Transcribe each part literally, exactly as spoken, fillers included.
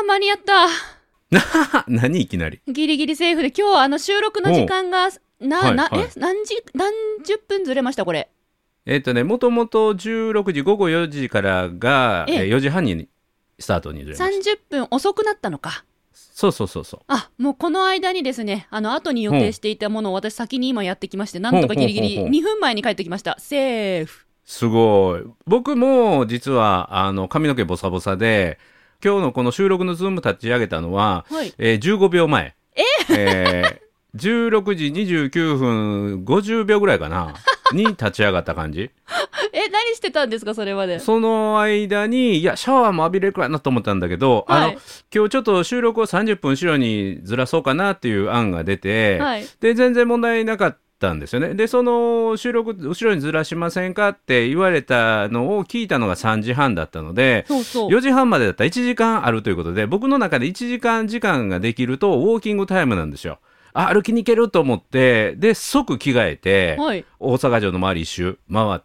間に合った何いきなりギリギリセーフで、今日あの収録の時間がな、 はいなはいえ何時何十分ずれましたこれ。 えっとねもともとじゅうろくじごごよじからがえええーよじはんにスタートにずれました。 さんじゅっぷん遅くなったのか。 そうそうそうそう。 あ、もうこの間にですね、あの後に予定していたものを私先に今やってきまして、なんとかギリギリほうほうほうほうにふんまえに帰ってきました。セーフ。 すごい。僕も実はあの髪の毛ボサボサで、今日のこの収録のズーム立ち上げたのは、 はいえーじゅうごびょうまえ。ええーじゅうろくじにじゅうきゅうふんごじゅうびょうぐらいかなに立ち上がった感じ。 え、何してたんですかそれまで。 その間にいやシャワーも浴びれるかなと思ったんだけど、 はい、 あの今日ちょっと収録をさんじゅっぷん後ろにずらそうかなっていう案が出て、 はい、 で全然問題なかったんですよね。でその収録後ろにずらしませんかって言われたのを聞いたのがさんじはんだったので、 そうそうよじはんまでだったらいちじかんあるということで、僕の中でいちじかん時間ができるとウォーキングタイムなんですよ。あ、歩きに行けると思って、で即着替えて、 はい、 大阪城の周り一周回って、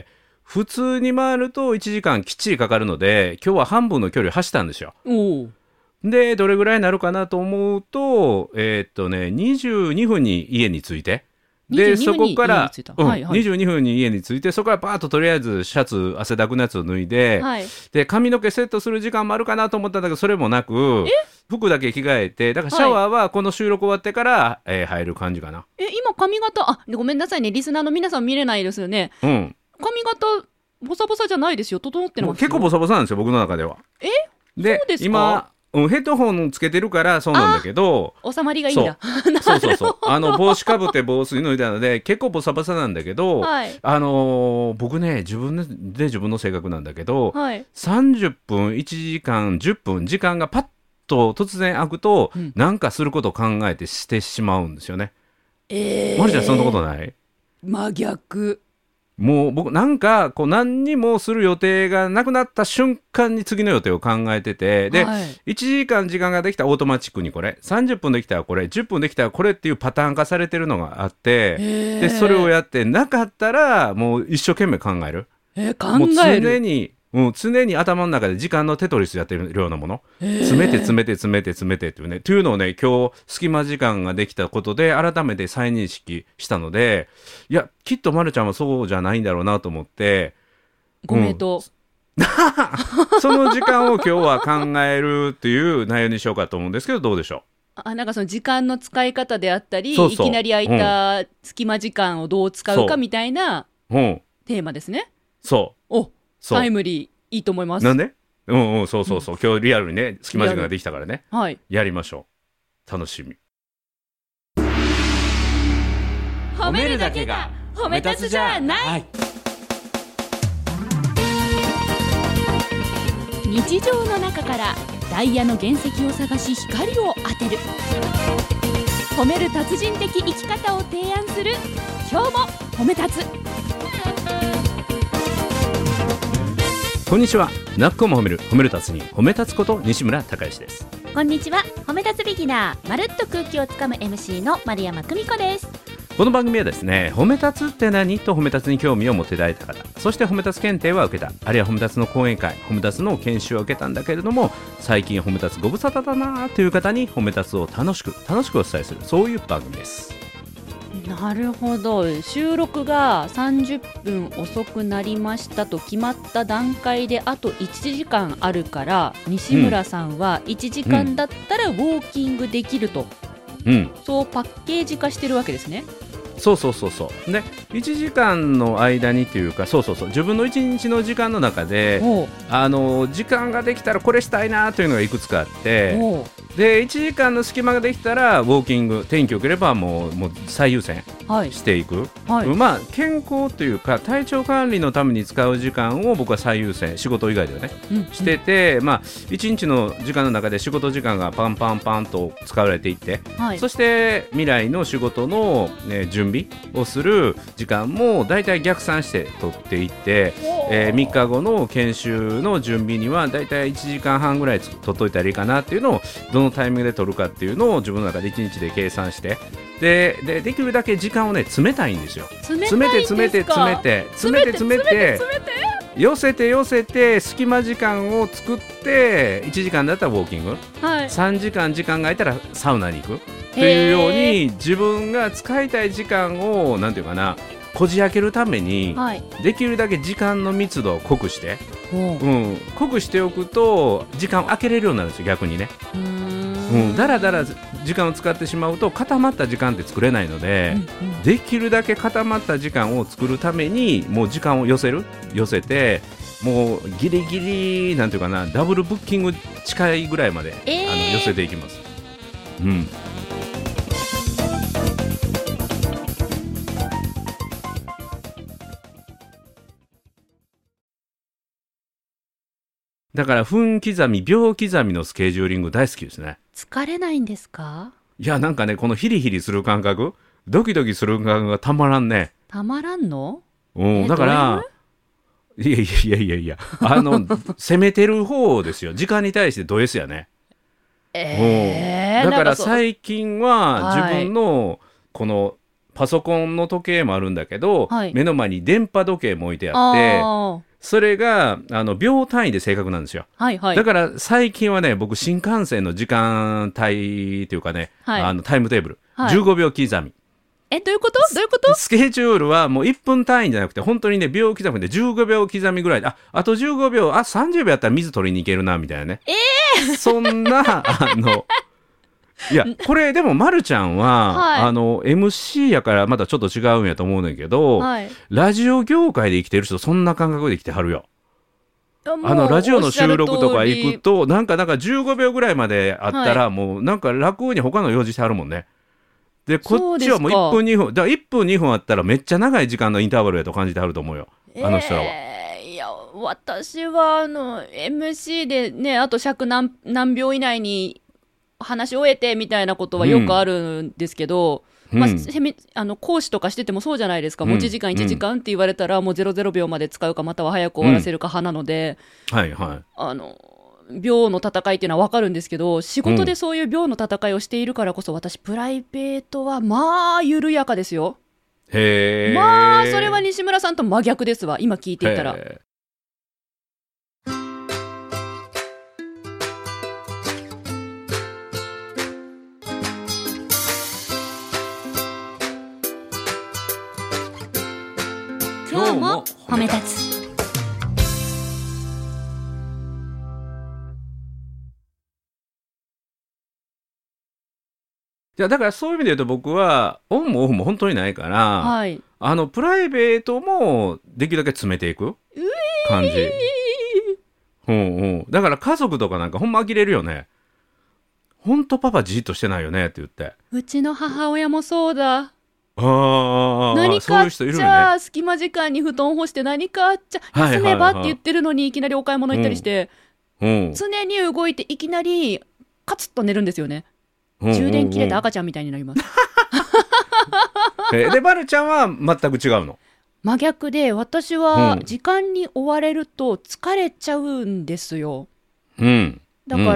普通に回るといちじかんきっちりかかるので、今日は半分の距離を走ったんですよ。 おーでどれぐらいになるかなと思うと、えーっとねにじゅうにふんに家に着いて、でそこから、うんはいはい、にじゅうにふんに家に着いて、そこからパーッととりあえずシャツ汗だくのやつを脱いで、 はい、 で髪の毛セットする時間もあるかなと思ったんだけど、それもなく服だけ着替えて、だからシャワーはこの収録終わってから、はいえー、入る感じかな。 え、今髪型、あ、ごめんなさいね、リスナーの皆さん見れないですよね。 うん、 髪型ボサボサじゃないですよ、整ってますよ。 結構ボサボサなんですよ僕の中では。 え、 でそうですか。 今うん、ヘッドホンつけてるからそうなんだけど、 収まりがいいんだ。 そうそうそうあの帽子かぶって防水脱いだので結構ボサボサなんだけど、 はい、 あのー、僕ね自分で自分の性格なんだけど、 はい、 さんじゅっぷんいちじかんじゅっぷん時間がパッと突然空くと、うん、なんかすることを考えてしてしまうんですよね。 えー、 まるちゃんそんなことない？ 真逆。 もう僕なんかこう何にもする予定がなくなった瞬間に次の予定を考えてて、で、はい、いちじかん時間ができたらオートマチックにこれ、さんじゅっぷんできたらこれ、じゅっぷんできたらこれっていうパターン化されてるのがあって、でそれをやってなかったらもう一生懸命考える。 えー、考える。 もう常にうん、常に頭の中で時間のテトリスやってるようなもの、詰めて詰めて詰めて詰めてっていうね、っていうのをね今日隙間時間ができたことで改めて再認識したので、いやきっとまるちゃんはそうじゃないんだろうなと思って、 ご名答、 うん、その時間を今日は考えるっていう内容にしようかと思うんですけど、どうでしょう？ あ、なんかその時間の使い方であったり、 そうそういきなり空いた隙間時間をどう使うかみたいなテーマですね。 そうおタイムリー、いいと思います。 なんで？うんうん、そうそうそう、うん、今日リアルにね隙間時間ができたからね、 はい、 やりましょう。楽しみ。 褒めるだけが褒め立つじゃない、はい、日常の中からダイヤの原石を探し光を当てる、褒める達人的生き方を提案する今日も褒め立つ。 こんにちは。なっこも褒める褒める達人、褒め立つこと西村孝之です。 こんにちは。褒め立つビギナー、まるっと空気をつかむ エムシー の丸山久美子です。 この番組はですね、褒め立つって何と褒め立つに興味を持っていただいた方、そして褒め立つ検定は受けた、あるいは褒め立つの講演会、褒め立つの研修を受けたんだけれども、最近褒め立つご無沙汰だなという方に褒め立つを楽しく楽しくお伝えする、そういう番組です。 なるほど。収録がさんじゅっぷん遅くなりましたと決まった段階であといちじかんあるから、西村さんはいちじかんだったらウォーキングできると、うん、そうパッケージ化してるわけですね。 そうそうそうそうでいちじかんの間にというか、そうそうそう自分のいちにちの時間の中であの時間ができたらこれしたいなというのがいくつかあって、でいちじかんの隙間ができたらウォーキング、天気良ければもう、もう最優先していく、はいはい、まあ健康というか体調管理のために使う時間を僕は最優先、仕事以外ではね、うん、してて、まあいちにちの時間の中で仕事時間がパンパンパンと使われていって、はい、そして未来の仕事の、ね、準備をする時間もだいたい逆算して取っていって、えー、みっかごの研修の準備にはだいたいいちじかんはんぐらい取っといたらいいかなっていうのを、どのタイミングで取るかっていうのを自分の中でいちにちで計算して、で、で、できるだけ時間をね詰めたいんですよ。 詰めて詰めて詰めて詰めて詰めて詰めて寄せて寄せて隙間時間を作っていちじかんだったらウォーキング、 はい、 さんじかん時間が空いたらサウナに行くっていうように自分が使いたい時間をなんていうかなこじ開けるために、はい、できるだけ時間の密度を濃くして、うん、濃くしておくと時間を空けれるようになるんですよ逆にね。うーん、うん、だらだら時間を使ってしまうと固まった時間って作れないので、うんうん、できるだけ固まった時間を作るためにもう時間を寄せる寄せてもうギリギリなんていうかなダブルブッキング近いぐらいまで、えー、あの寄せていきます。うん、だから分刻み秒刻みのスケジューリング大好きですね。 疲れないんですか？ いやなんかねこのヒリヒリする感覚ドキドキする感覚がたまらんね。 たまらんの？ うん、だからいやいやいやいやいやあの攻めてる方ですよ時間に対してド S やね。えー、だから最近は自分のこのパソコンの時計もあるんだけど、はい、目の前に電波時計も置いてあってそれがあの秒単位で正確なんですよ、はいはい、だから最近はね僕新幹線の時間帯というかね、はい、あのタイムテーブル、はい、じゅうごびょう刻み。 えどういうことどういうことスケジュールはもういっぷん単位じゃなくて本当にね秒刻みでじゅうごびょう刻みぐらいで あ, あとじゅうごびょうあさんじゅうびょうやったら水取りに行けるなみたいなね、えー、そんなあのいやこれでもまるちゃんは、はい、あの エムシー やからまたちょっと違うんやと思うねんけど、はい、ラジオ業界で生きてる人そんな感覚で生きてはるよ。あのラジオの収録とか行くとなんかなんかじゅうごびょうぐらいまであったら、はい、もうなんか楽に他の用事してはるもんね。でこっちはもういっぷんにふんだからいっぷんにふんあったらめっちゃ長い時間のインターバルやと感じてはると思うよあの人らは。 えー、いや私はあの エムシー でねあと尺 何, 何秒以内に話し終えてみたいなことはよくあるんですけど、うんまあ、あの講師とかしててもそうじゃないですか、うん、持ち時間いちじかんって言われたらもうゼロゼロびょうまで使うかまたは早く終わらせるか派なので、うんはいはい、あの秒の戦いっていうのは分かるんですけど仕事でそういう秒の戦いをしているからこそ、うん、私プライベートはまあ緩やかですよ。へーまあそれは西村さんと真逆ですわ今聞いていたら。 今日も褒め立つ。 いやだからそういう意味で言うと僕はオンもオフも本当にないから、はい、あのプライベートもできるだけ詰めていく感じ、うんうん、だから家族とかなんかほんま呆れるよね。ほんとパパじっとしてないよねって言って。 うちの母親もそうだ。 あ何かあっちゃ、ね、隙間時間に布団干して何かあっちゃ休めばって言ってるのにいきなりお買い物行ったりして、うんうん、常に動いていきなりカツッと寝るんですよね、うんうんうん、充電切れた赤ちゃんみたいになりますえでバルちゃんは全く違うの？ 真逆で私は時間に追われると疲れちゃうんですよ、うん、だから、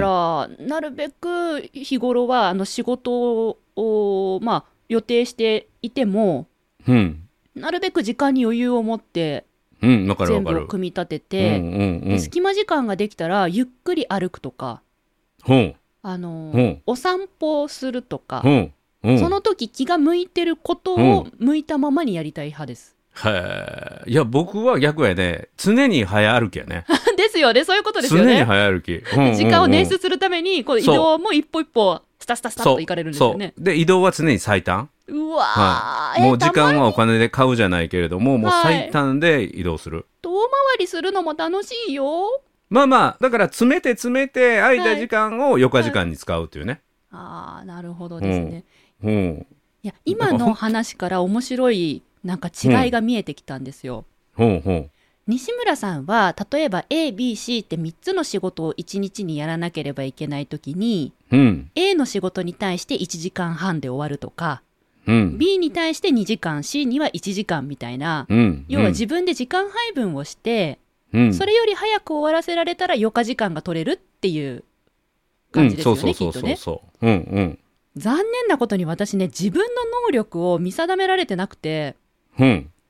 うん、なるべく日頃はあの仕事をまあ予定していても、うん、なるべく時間に余裕を持って全部を組み立てて、うんうんうんうん、隙間時間ができたらゆっくり歩くとか、うん、あの、うん、お散歩をするとか、うんうん、その時気が向いてることを向いたままにやりたい派です、 うん、へえ。いや僕は逆やね。常に早歩きやねですよね。そういうことですよね。 常に早歩き、うんうんうん、 時間を捻出するためにこう移動も一歩一歩スタスタスタっと行かれるんですよね。 そうで移動は常に最短。 うわ、 はい、もう時間はお金で買うじゃないけれども、もう最短で移動する、はい、 遠回りするのも楽しいよ。 まあまあだから詰めて詰めて空いた時間を余暇時間に使うっていうね、 はいはい、ああなるほどですね、うんうん、いや今の話から面白いなんか違いが見えてきたんですよ、うんうんうん、西村さんは例えば エービーシー ってみっつの仕事をいちにちにやらなければいけないときに、うん、A の仕事に対していちじかんはんで終わるとか、うん、B に対してにじかん C にはいちじかんみたいな、うん、要は自分で時間配分をして、うん、それより早く終わらせられたら余暇時間が取れるっていう感じですよね、きっとね。残念なことに私ね自分の能力を見定められてなくて、うん、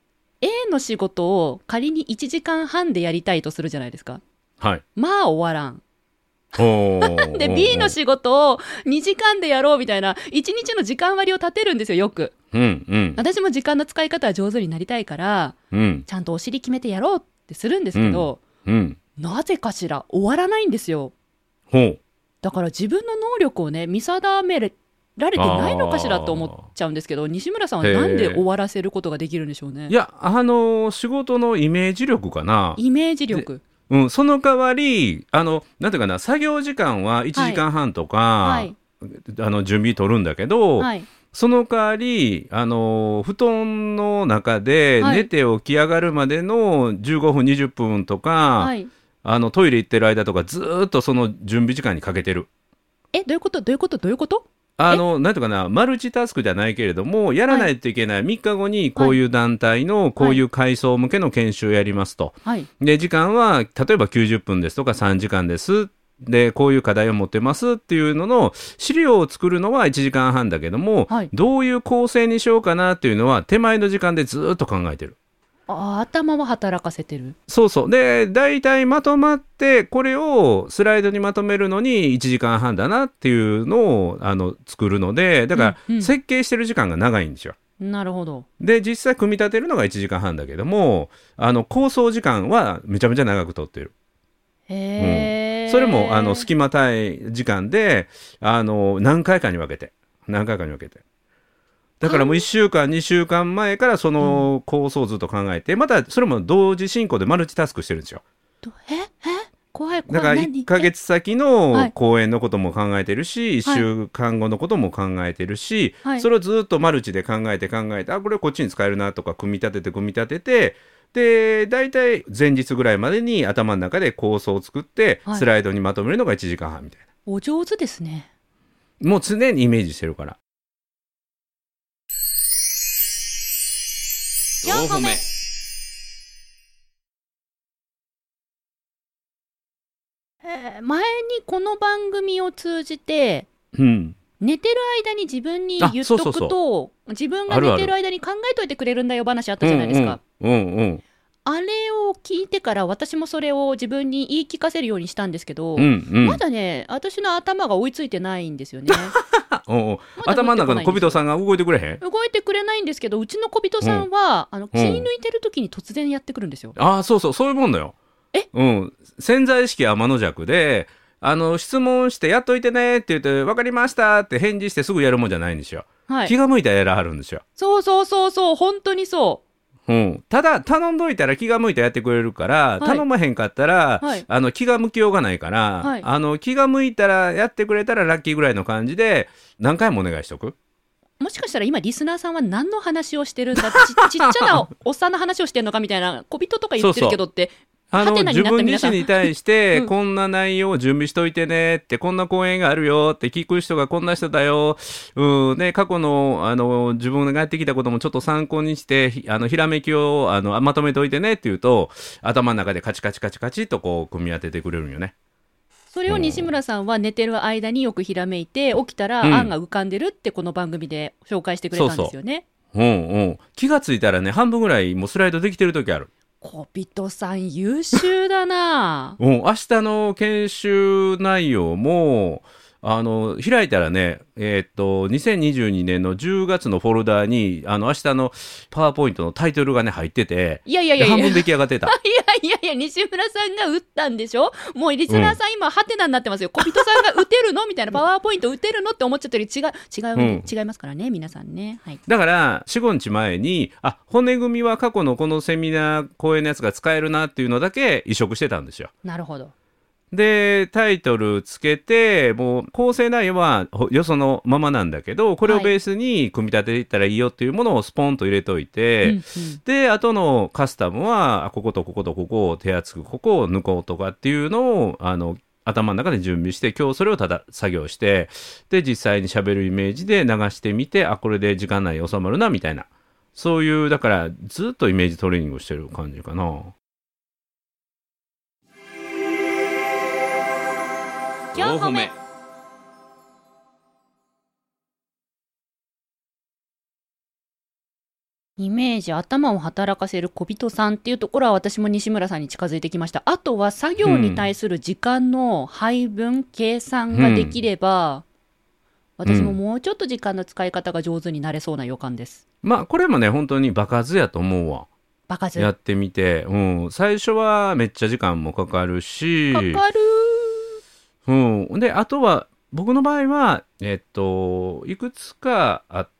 A の仕事を仮にいちじかんはんでやりたいとするじゃないですか。 はい。 まあ終わらん。 おーで B の仕事をにじかんでやろうみたいないちにちの時間割を立てるんですよ、よく。 うんうん私も時間の使い方は上手になりたいから、 うん、 ちゃんとお尻決めてやろうってするんですけど、 うんうん、 なぜかしら終わらないんですよ。 ほう。 だから自分の能力をね見定められてないのかしらと思っちゃうんですけど、西村さんはなんで終わらせることができるんでしょうね。 いや、あの仕事のイメージ力かな。 イメージ力。 うん、その代わりあのなんていうかな、作業時間はいちじかんはんとか、はいはい、あの準備取るんだけど、はい、その代わりあの布団の中で寝て起き上がるまでのじゅうごふんにじゅっぷんとか、はい、あのトイレ行ってる間とかずっとその準備時間にかけてる。 え、どういうことどういうことどういうことあのなんていうかな、マルチタスクじゃないけれどもやらないといけない、はい、みっかごにこういう団体のこういう階層向けの研修をやりますと、はい、で時間は例えばきゅうじゅっぷんですとかさんじかんですでこういう課題を持ってますっていうのの資料を作るのはいちじかんはんだけども、はい、どういう構成にしようかなっていうのは手前の時間でずっと考えてる。 あ、頭は働かせてる。 そうそう。で大体まとまってこれをスライドにまとめるのにいちじかんはんだなっていうのをあの作るので、だから設計してる時間が長いんですよ、 うんうん、なるほど。 で実際組み立てるのがいちじかんはんだけども、あの構想時間はめちゃめちゃ長く取ってる。 へー、 うん、それもあの隙間帯時間であの何回かに分けて何回かに分けてだからもういっしゅうかんにしゅうかんまえからその構想をずっと考えて、うん、またそれも同時進行でマルチタスクしてるんですよ。 ええ怖い怖い。 だからいっかげつ先の公演のことも考えてるし、はい、いっしゅうかんごのことも考えてるし、はい、それをずっとマルチで考えて考えて、あこれこっちに使えるなとか組み立てて組み立てて、で大体前日ぐらいまでに頭の中で構想を作って、はい、スライドにまとめるのがいちじかんはんみたいな。 お上手ですね。 もう常にイメージしてるから。 よんほめ。 えー、前にこの番組を通じて、 うん、 寝てる間に自分に言っとくと、そうそうそう、自分が寝てる間に考えといてくれるんだよ話あったじゃないですか。 うんうんうんうん、あれを聞いてから私もそれを自分に言い聞かせるようにしたんですけど、 うんうん、 まだね私の頭が追いついてないんですよね。 おう、ま、頭の中の小人さんが動いてくれへん。 動いてくれないんですけど、うちの小人さんは、うん、あの気抜いてる時に突然やってくるんですよ。 ああそうそう、そういうもんだよ。 え、 うん、潜在意識は天の弱で、あの質問してやっといてねって言って分かりましたって返事してすぐやるもんじゃないんですよ、はい、気が向いたらやらはるんですよ。 そうそうそうそう、本当にそう、 うん、ただ頼んどいたら気が向いたらやってくれるから、はい、頼まへんかったら、はい、あの気が向きようがないから、はい、あの気が向いたらやってくれたらラッキーぐらいの感じで何回もお願いしとく。 もしかしたら今リスナーさんは何の話をしてるんだ、 ち, ちっちゃなおっさんの話をしてるのかみたいな、小人とか言ってるけどってあの自分自身に対して、うん、こんな内容を準備しといてねって、こんな講演があるよって聞く人がこんな人だよ、うんね、過去 の, あの自分がやってきたこともちょっと参考にしてあのひらめきをあのまとめておいてねって言うと、頭の中でカチカチカチカチとこう組み当ててくれるんよね。 それを西村さんは寝てる間によくひらめいて、起きたら案が浮かんでるってこの番組で紹介してくれたんですよね。 そうそう、うんうん、気がついたらね半分ぐらいもうスライドできてる時ある。 小人さん優秀だな。 うん、明日の研修内容もあの開いたらね、えー、っとにせんにじゅうにねんのじゅうがつのフォルダーにあの明日のパワーポイントのタイトルがね入ってて、 いやいやいやいや半分出来上がってた。 いやいやいや、西村さんが打ったんでしょ。もうリスナーさん今ハテナになってますよ、うん、小人さんが打てるのみたいな、パワーポイント打てるのって思っちゃってる。違う違う、うん、違いますからね皆さんね、はい、 だから よん,ご 日前にあ骨組みは過去のこのセミナー講演のやつが使えるなっていうのだけ移植してたんですよ。 なるほど。 でタイトルつけて、もう構成内容はよそのままなんだけど、これをベースに組み立てていったらいいよっていうものをスポンと入れといて、はい、で後のカスタムはこことこことここを手厚くここを抜こうとかっていうのをあの頭の中で準備して、今日それをただ作業して、で実際に喋るイメージで流してみて、あこれで時間内に収まるなみたいな、そういうだからずっとイメージトレーニングをしてる感じかな。 よんほめ。 イメージ、頭を働かせる小人さんっていうところは私も西村さんに近づいてきました。あとは作業に対する時間の配分、うん、計算ができれば、うん、私ももうちょっと時間の使い方が上手になれそうな予感です。 まあこれもね本当に場数やと思うわ。 場数やってみて、うん、最初はめっちゃ時間もかかるし、 かかる、 うん、であとは僕の場合はえっといくつかあって、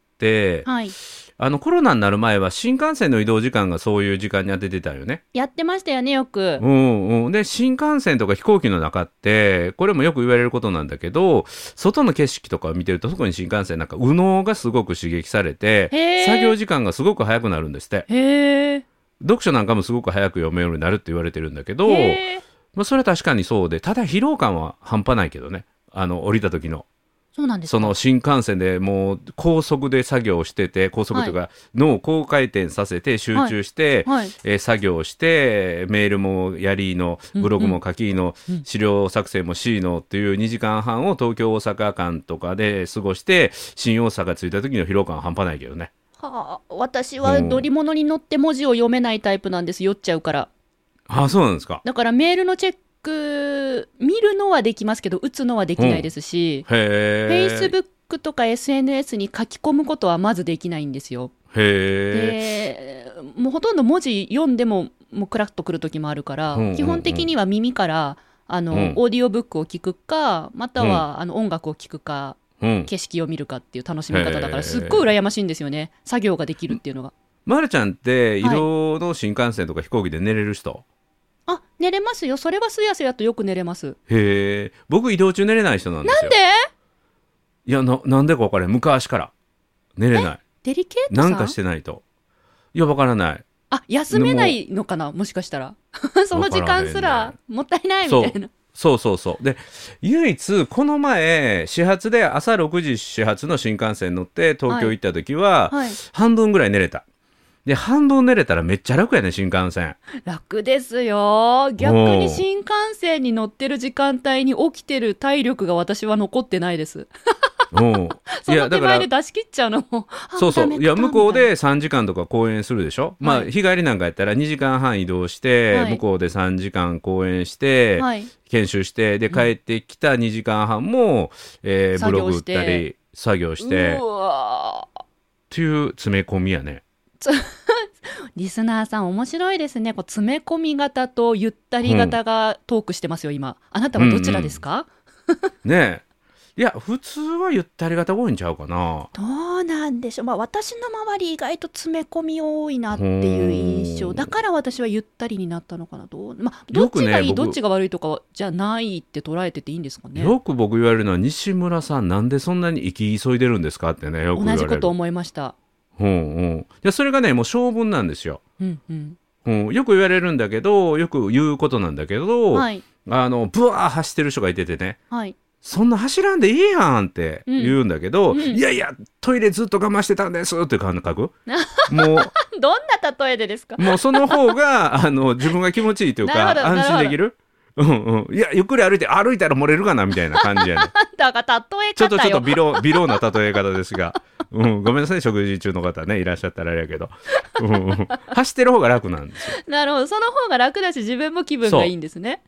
はい、 あのコロナになる前は新幹線の移動時間がそういう時間に当ててたよね。 やってましたよねよく、 うんうん、で新幹線とか飛行機の中ってこれもよく言われることなんだけど、外の景色とかを見てると特に新幹線なんか右脳がすごく刺激されて作業時間がすごく早くなるんですって。 へー、 読書なんかもすごく早く読めるようになるって言われてるんだけど、まあ、それは確かにそうで、ただ疲労感は半端ないけどね、あの降りた時の。 そうなんですか。 その新幹線でもう高速で作業してて、高速というか脳を高回転させて集中して、はいはい、えー、作業してメールもやりの、ブログも書きの、うんうん、資料作成もしのっていうにじかんはんを東京大阪間とかで過ごして、新大阪着いた時の疲労感は半端ないけどね。 はあ、私は乗り物に乗って文字を読めないタイプなんです。酔っちゃうから。 あ、そうなんですか。 だからメールのチェック見るのはできますけど打つのはできないですし、 うん、へー、 Facebook とか エスエヌエス に書き込むことはまずできないんですよ。 へー。でもうほとんど文字読んでももうクラッとくる時もあるから、うんうんうん、基本的には耳からあの、うん、オーディオブックを聞くか、または、うん、あの音楽を聞くか、うん、景色を見るかっていう楽しみ方だから、すっごい羨ましいんですよね、作業ができるっていうのが。 まるちゃんって移動の新幹線とか飛行機で寝れる人？ はい、あ、寝れますよ。それはすやすやとよく寝れます。 へえ。僕移動中寝れない人なんですよ。 なんで？ いや な, なんでか分からない。昔から寝れない。 デリケートさんなんかしてないと。いや分からない。 あ、休めないのかな、もしかしたらその時間すらもったいないみたいな。 そうそうそう。で唯一この前始発で朝ろくじ始発の新幹線乗って東京行った時は、はいはい、半分ぐらい寝れた。で半分寝れたらめっちゃ楽やね、新幹線。 楽ですよ。逆に新幹線に乗ってる時間帯に起きてる体力が私は残ってないですおその手前で出し切っちゃうのもそうそう。いや向こうでさんじかんとか公演するでしょ、はい、まあ日帰りなんかやったらにじかんはん移動して、はい、向こうでさんじかん公演して、はい、研修してで帰ってきたにじかんはんも、えー、ブログ打ったり作業してうわっていう詰め込みやね。 リスナーさん面白いですね。こう詰め込み型とゆったり型がトークしてますよ、うん、今。あなたはどちらですか？ うんうん、ねえ。いや普通はゆったり型多いんちゃうかな。 どうなんでしょう、まあ、私の周り意外と詰め込み多いなっていう印象だから私はゆったりになったのかな。どう、まあ、どっちがいい、ね、どっちが悪いとかじゃないって捉えてていいんですかね。 よく僕言われるのは西村さんなんでそんなに生き急いでるんですかってね、よく言われる。 同じこと思いました。 うんうん、いやそれがねもう性分なんですよ、 うんうんうん、よく言われるんだけど、よく言うことなんだけど、はい、あのブワー走ってる人がいててね、 はい、 そんな走らんでいいやんって言うんだけど、うんうん、いやいやトイレずっと我慢してたんですっていう感覚もうどんな例えでですか？ もうその方があの自分が気持ちいいというか安心できる。うんうん、いやゆっくり歩いて歩いたら漏れるかなみたいな感じやねだから例え方よちょっとちょっと微量微量な例え方ですが、うん、ごめんなさい食事中の方ねいらっしゃったらあれやけど、うんうん、走ってる方が楽なんですよ。 なるほど、その方が楽だし自分も気分がいいんですね。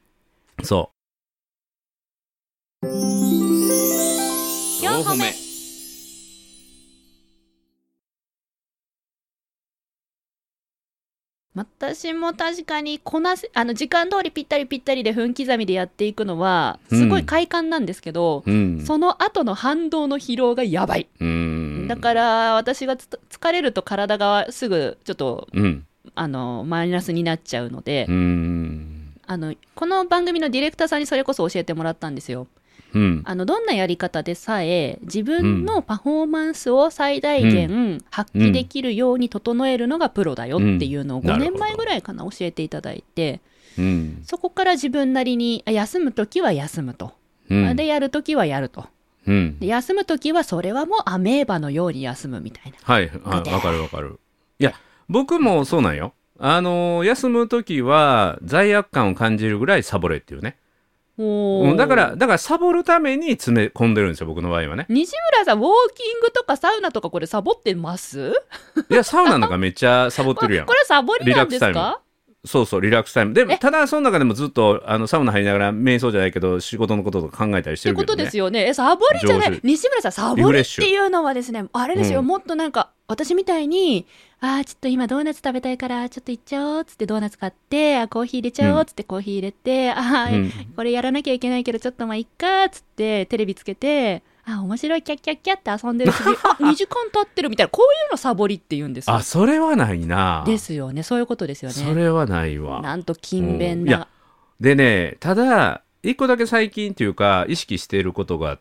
そうよんほめ。 私も確かにこなせあの時間通りぴったりぴったりで分刻みでやっていくのはすごい快感なんですけど、うん、その後の反動の疲労がやばい、うん、だから私がつ疲れると体がすぐちょっと、うん、あのマイナスになっちゃうので、うん、あのこの番組のディレクターさんにそれこそ教えてもらったんですよ。うん、あのどんなやり方でさえ自分のパフォーマンスを最大限発揮できるように整えるのがプロだよっていうのをごねんまえぐらいかな教えていただいて、うん、そこから自分なりに休むときは休むと、うん、でやるときはやると、うん、で休むときはそれはもうアメーバのように休むみたいな。 はい、わかるわかる。いや僕もそうなんよ。あのー、休むときは罪悪感を感じるぐらいサボれっていうね。 うん、だからだからサボるために詰め込んでるんですよ僕の場合はね。 西村さんウォーキングとかサウナとかこれサボってますいやサウナなんかめっちゃサボってるやんこれサボりなんですか。 そうそうリラックスタイムでもただその中でもずっとあのサウナ入りながら瞑想じゃないけど仕事のこととか考えたりしてるけどね。ってことですよね。 えサボりじゃない西村さんサボりっていうのはですねあれですよ、うん、もっとなんか私みたいにあーちょっと今ドーナツ食べたいからちょっと行っちゃおうっつってドーナツ買ってあコーヒー入れちゃおうっつってコーヒー入れて、うん、あ、うん、これやらなきゃいけないけどちょっとまあいっかっつってテレビつけてあ面白いキャッキャッキャって遊んでるしにじかん経ってるみたいなこういうのサボりって言うんですよ。 あそれはないな。 ですよねそういうことですよね。 それはないわ。 なんと勤勉な、うん、 でねただ一個だけ最近というか意識していることがあって、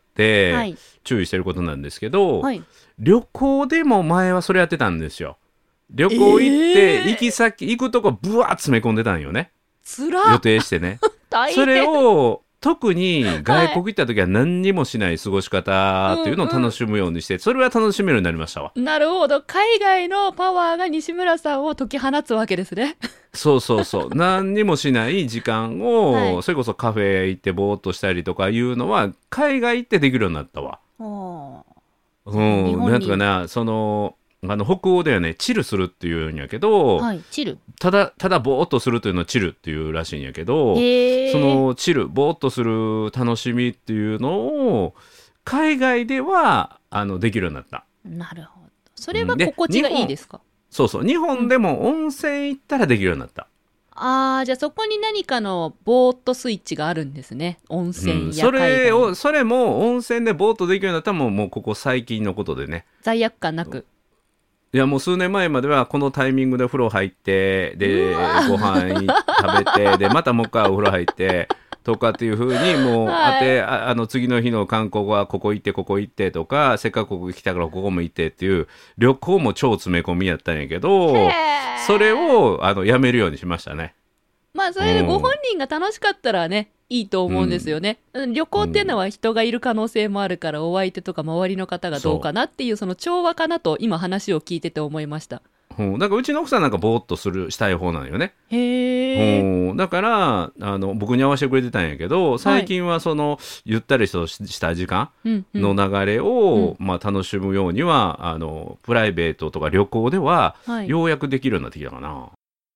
はい、注意していることなんですけど、はい、旅行でも前はそれやってたんですよ。旅行行って、えー、行き先行くとこブワー詰め込んでたんよね。 つら予定してねそれを特に外国行った時は何にもしない過ごし方っていうのを楽しむようにして、はい、それは楽しめるようになりましたわ。 なるほど海外のパワーが西村さんを解き放つわけですね。 そうそうそう何にもしない時間を、はい、それこそカフェ行ってぼーっとしたりとかいうのは海外行ってできるようになったわ。うん、なんとかなそのあの北欧ではねチルするっていうんやけど、 はい、チルただただぼーっとするというのはチルっていうらしいんやけどそのチルぼーっとする楽しみっていうのを海外ではあのできるようになった。 なるほどそれは心地がいいですか。 そうそう日本でも温泉行ったらできるようになった、 うん、あーじゃあそこに何かのぼーっとスイッチがあるんですね温泉や海外、うん、それをそれも温泉でぼーっとできるようになったらもう、もうここ最近のことでね罪悪感なく。 いやもう数年前まではこのタイミングで風呂入ってでご飯食べてでまたもう一回お風呂入ってとかっていう風にもう、はい、あて あ, あの次の日の観光はここ行ってここ行ってとかせっかくここ来たからここも行ってっていう旅行も超詰め込みやったんやけどそれをあのやめるようにしましたね。 まあそれでご本人が楽しかったらねいいと思うんですよね、うん、旅行っていうのは人がいる可能性もあるから、うん、お相手とか周りの方がどうかなっていうその調和かなと今話を聞いてて思いました。 うん、だからうちの奥さんなんかぼーっとするしたい方なんよね。 へー、 うん、だからあの僕に合わせてくれてたんやけど最近はその、はい、ゆったりとした時間の流れを、うんまあ、楽しむようにはあのプライベートとか旅行では、はい、ようやくできるようになってきたかな。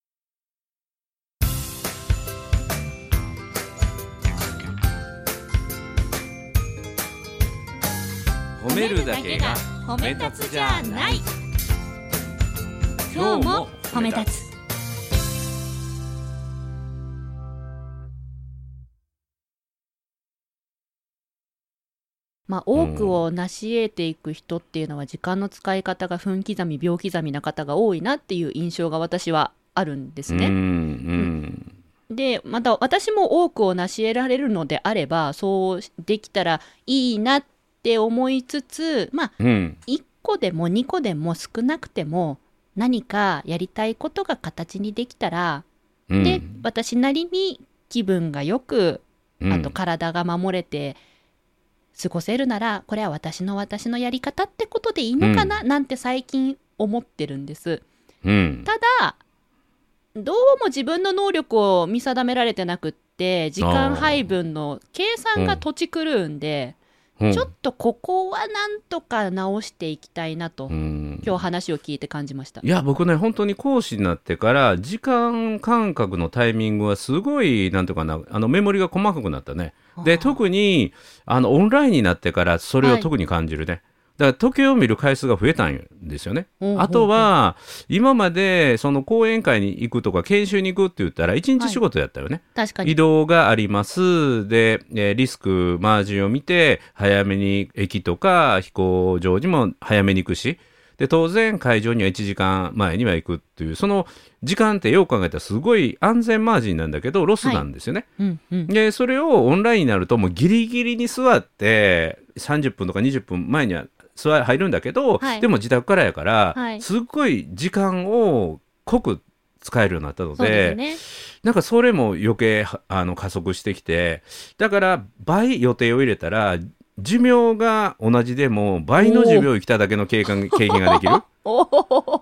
褒めるだけが褒め立つじゃない。 今日も褒め立つ。 まあ、多くを成し得ていく人っていうのは時間の使い方が分刻み秒刻みな方が多いなっていう印象が私はあるんですね。うん、うん、でまた私も多くを成し得られるのであればそうできたらいいなってって思いつつまあ、うん、いっこでもにこでも少なくても何かやりたいことが形にできたら、うん、で私なりに気分がよく、うん、あと体が守れて過ごせるならこれは私の私のやり方ってことでいいのかな、うん、なんて最近思ってるんです、うん、ただどうも自分の能力を見定められてなくって時間配分の計算が土地狂うんで、うん、ちょっとここはなんとか直していきたいなと、うん、今日話を聞いて感じました。 いや僕ね本当に講師になってから時間感覚のタイミングはすごいなんとかなあのメモリが細かくなったね。で特にあのオンラインになってからそれを特に感じるね、はい、だから時計を見る回数が増えたんですよね。あとは今までその講演会に行くとか研修に行くって言ったら一日仕事やったよね、 はい、確かに移動がありますで、えー、リスクマージンを見て早めに駅とか飛行場にも早めに行くしで当然会場にはいちじかんまえには行くっていうその時間ってよく考えたらすごい安全マージンなんだけどロスなんですよね、はいうんうん、でそれをオンラインになるともうギリギリに座ってさんじゅっぷんとかにじゅっぷんまえには入るんだけど、はい、でも自宅からやから、はい、すっごい時間を濃く使えるようになったの で, で、ね、なんかそれも余計あの加速してきてだから倍予定を入れたら寿命が同じでも倍の寿命生きただけの経験、経験ができると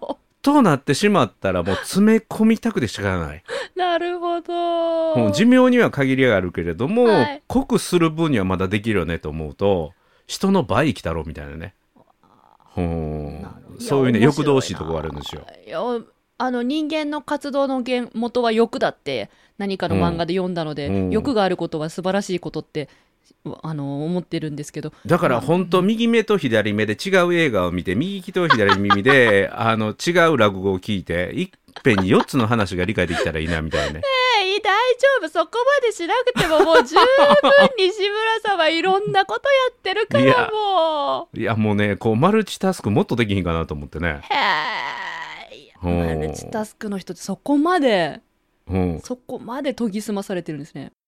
となってしまったらもう詰め込みたくて仕方ない。 なるほど。 もう寿命には限りがあるけれども、 はい、 濃くする分にはまだできるよねと思うと、人の倍生きたろうみたいなね。ほう、そういうね欲々しいところがあるんですよ。 いや、あの人間の活動の源元は欲だって何かの漫画で読んだので、うん、欲があることは素晴らしいことってあの思ってるんですけど、 だから本当右目と左目で違う映画を見て、右利きと左耳であの違う落語を聞いていっぺんによっつの話が理解できたらいいなみたいなね。 えー、大丈夫、そこまでしなくてももう十分西村さんはいろんなことやってるからもういや、いやもうねこうマルチタスクもっとできひんかなと思ってね。 へー、マルチタスクの人ってそこまで、うん、そこまで研ぎ澄まされてるんですね。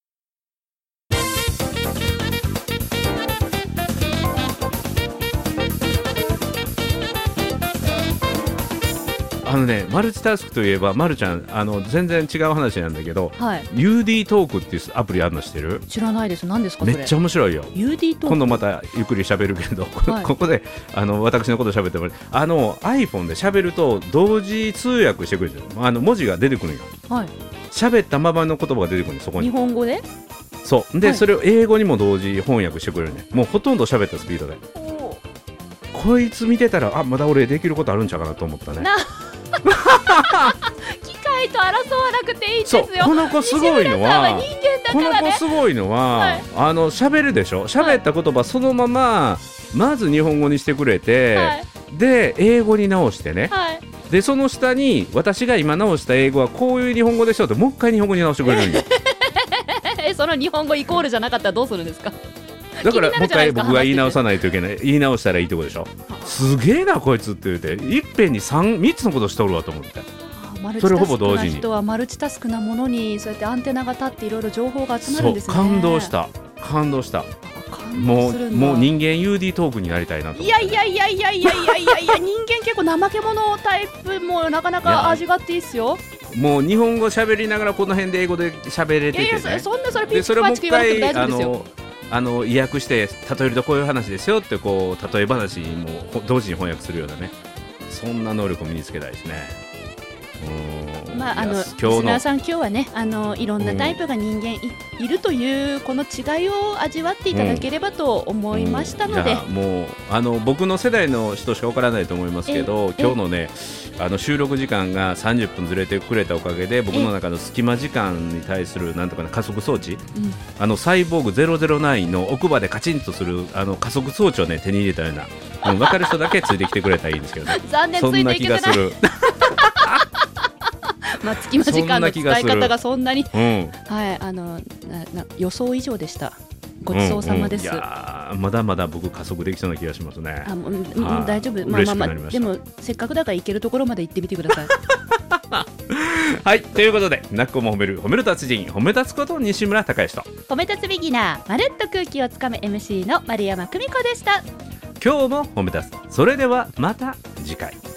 あのね、マルチタスクといえば、まるちゃんあの全然違う話なんだけど、 はい、 ユーディー トークっていうアプリあるの知ってる？ 知らないです。何ですかそれ？ めっちゃ面白いよ。 ユーディー トーク、 今度またゆっくり喋るけど、はい、ここであの私のこと喋ってもらう。あの iPhone で喋ると同時通訳してくれる。あの文字が出てくるんよ。はい、喋ったままの言葉が出てくるんそこに。 日本語で？ そうで、はい、それを英語にも同時翻訳してくれるね。もうほとんど喋ったスピードで。こいつ見てたら、あ、まだ俺できることあるんちゃうかなと思ったね。な機械と争わなくていいんですよ。 そう、この子すごいのは、 は人間だからね、 この子すごいのは、はい、あの喋るでしょ。喋った言葉そのまままず日本語にしてくれて、はい、で英語に直してね、はい、でその下に私が今直した英語はこういう日本語でしょってもう一回日本語に直してくれるんよ。 その日本語イコールじゃなかったらどうするんですか？ だからもう一回僕が言い直さないといけない。言い直したらいいってことでしょ。すげえなこいつって言っていっぺんに 3, 3つのことしとるわと思って。それほぼ同時に。 人はマルチタスクなものにそうやってアンテナが立っていろいろ情報が集まるんですね。 そう、感動した感動したもう, もう人間 ユーディー トークになりたいなと思って。 いやいやいやいやいやいやいやいや人間結構怠け者タイプもなかなか味があっていいっすよ。 もう日本語喋りながらこの辺で英語で喋れてて、ね、いやいやそんなそれピッチパチ言わなくても大丈夫ですよ。 あの意訳して例えるとこういう話ですよってこう例え話も同時に翻訳するようなね、そんな能力を身につけたいですね。 うーん、まあ、あのリスナーさん今日はねあのいろんなタイプが人間 い,、うん、いるというこの違いを味わっていただければと思いましたので、 うんうん、もうあの僕の世代の人しかわからないと思いますけど、今日のねあの収録時間がさんじゅっぷんずれてくれたおかげで僕の中の隙間時間に対するなんとか、ね、加速装置、うん、あのサイボーグゼロゼロナインの奥歯でカチンとするあの加速装置を、ね、手に入れたような、うん、分かる人だけついてきてくれたらいいんですけど、ね、 残念そんな気がする。 まあ、隙間時間の使い方がそんなに、うん、はい、あのなな予想以上でした。ごちそうさまです。 うんうん、いやまだまだ僕加速できそうな気がしますね。 あもう、うん、大丈夫。まあまあまあでもせっかくだから行けるところまで行ってみてください。 はい、ということでなっこも褒める褒める達人褒め立つこと西村孝之と褒め立つビギナーまるっと空気をつかむ エムシー の丸山久美子でした。 今日も褒め立つ。それではまた次回。